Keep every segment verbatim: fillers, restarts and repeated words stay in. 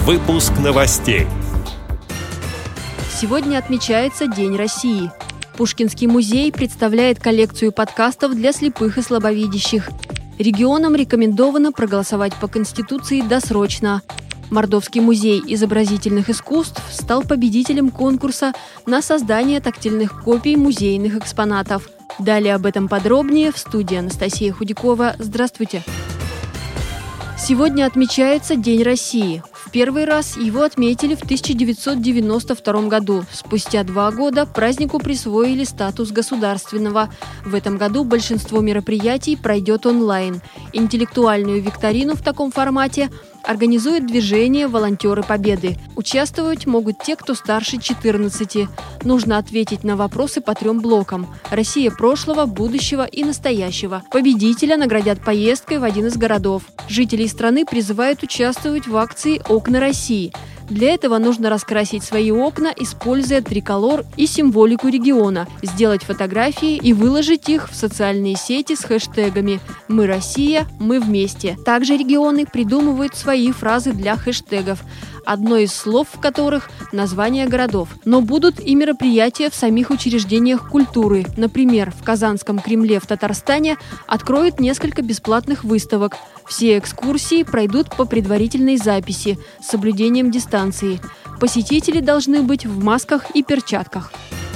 Выпуск новостей. Сегодня отмечается День России. Пушкинский музей представляет коллекцию подкастов для слепых и слабовидящих. Регионам рекомендовано проголосовать по Конституции досрочно. Мордовский музей изобразительных искусств стал победителем конкурса на создание тактильных копий музейных экспонатов. Далее об этом подробнее в студии Анастасия Худякова. Здравствуйте! Сегодня отмечается День России. В первый раз его отметили в тысяча девятьсот девяносто втором году. Спустя два года празднику присвоили статус государственного. В этом году большинство мероприятий пройдет онлайн. Интеллектуальную викторину в таком формате организует движение «Волонтеры Победы». Участвовать могут те, кто старше четырнадцати. Нужно ответить на вопросы по трем блокам: Россия прошлого, будущего и настоящего. Победителя наградят поездкой в один из городов. Жителей страны призывают участвовать в акции «Окна России». Для этого нужно раскрасить свои окна, используя триколор и символику региона, сделать фотографии и выложить их в социальные сети с хэштегами «Мы Россия», «Мы вместе». Также регионы придумывают свои фразы для хэштегов, одно из слов в которых – название городов. Но будут и мероприятия в самих учреждениях культуры. Например, в Казанском Кремле в Татарстане откроют несколько бесплатных выставок. Все экскурсии пройдут по предварительной записи с соблюдением дистанции. Посетители должны быть в масках и перчатках.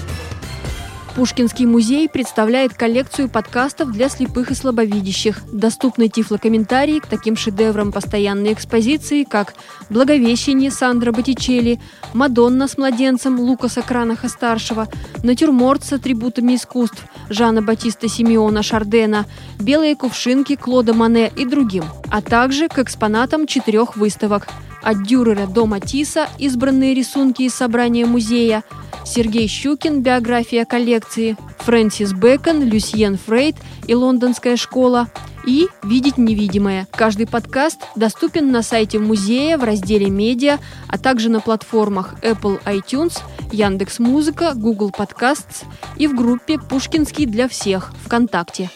Пушкинский музей представляет коллекцию подкастов для слепых и слабовидящих. Доступны тифлокомментарии к таким шедеврам постоянной экспозиции, как «Благовещение» Сандро Боттичелли, «Мадонна с младенцем» Лукаса Кранаха-старшего, «Натюрморт с атрибутами искусств» Жана Батиста Симеона Шардена, «Белые кувшинки» Клода Мане и другим, а также к экспонатам четырех выставок: от Дюрера до Матисса «Избранные рисунки из собрания музея», Сергей Щукин «Биография коллекции», Фрэнсис Бэкон, Люсьен Фрейд и Лондонская школа и «Видеть невидимое». Каждый подкаст доступен на сайте музея в разделе «Медиа», а также на платформах Apple iTunes, Яндекс.Музыка, Google Podcasts и в группе «Пушкинский для всех» ВКонтакте.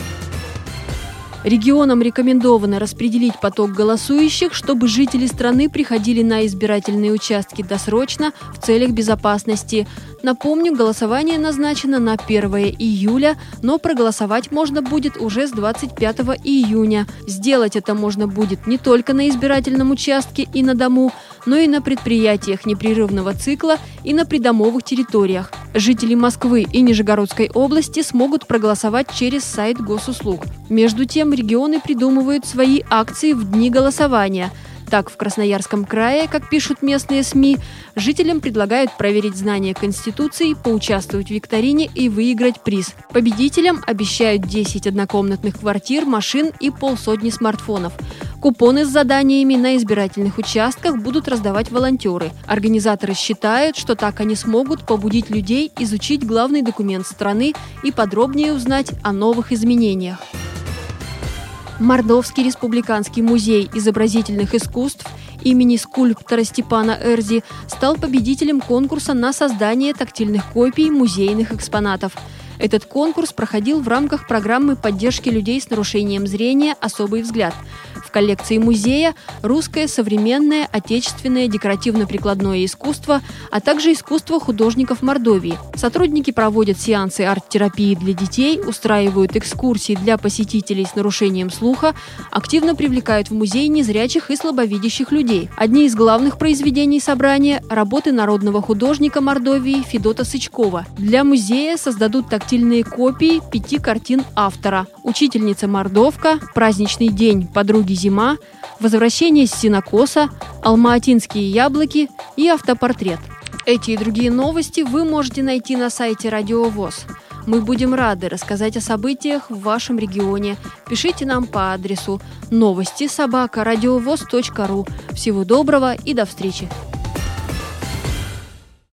Регионам рекомендовано распределить поток голосующих, чтобы жители страны приходили на избирательные участки досрочно в целях безопасности. Напомню, голосование назначено на первое июля, но проголосовать можно будет уже с двадцать пятого июня. Сделать это можно будет не только на избирательном участке и на дому, но и на предприятиях непрерывного цикла и на придомовых территориях. Жители Москвы и Нижегородской области смогут проголосовать через сайт госуслуг. Между тем, регионы придумывают свои акции в дни голосования. Так, в Красноярском крае, как пишут местные СМИ, жителям предлагают проверить знания Конституции, поучаствовать в викторине и выиграть приз. Победителям обещают десять однокомнатных квартир, машин и полсотни смартфонов. Купоны с заданиями на избирательных участках будут раздавать волонтеры. Организаторы считают, что так они смогут побудить людей изучить главный документ страны и подробнее узнать о новых изменениях. Мордовский республиканский музей изобразительных искусств имени скульптора Степана Эрзи стал победителем конкурса на создание тактильных копий музейных экспонатов. Этот конкурс проходил в рамках программы поддержки людей с нарушением зрения «Особый взгляд». В коллекции музея русское, современное, отечественное декоративно-прикладное искусство, а также искусство художников Мордовии. Сотрудники проводят сеансы арт-терапии для детей, устраивают экскурсии для посетителей с нарушением слуха, активно привлекают в музей незрячих и слабовидящих людей. Одни из главных произведений собрания – работы народного художника Мордовии Федота Сычкова. Для музея создадут тактильные копии пяти картин автора: «Учительница-мордовка», «Праздничный день подруги зима», «Возвращение с сенокоса», «Алма-Атинские яблоки» и «Автопортрет». Эти и другие новости вы можете найти на сайте Радио ВОС. Мы будем рады рассказать о событиях в вашем регионе. Пишите нам по адресу новости собака радиовос точка ру. Всего доброго и до встречи!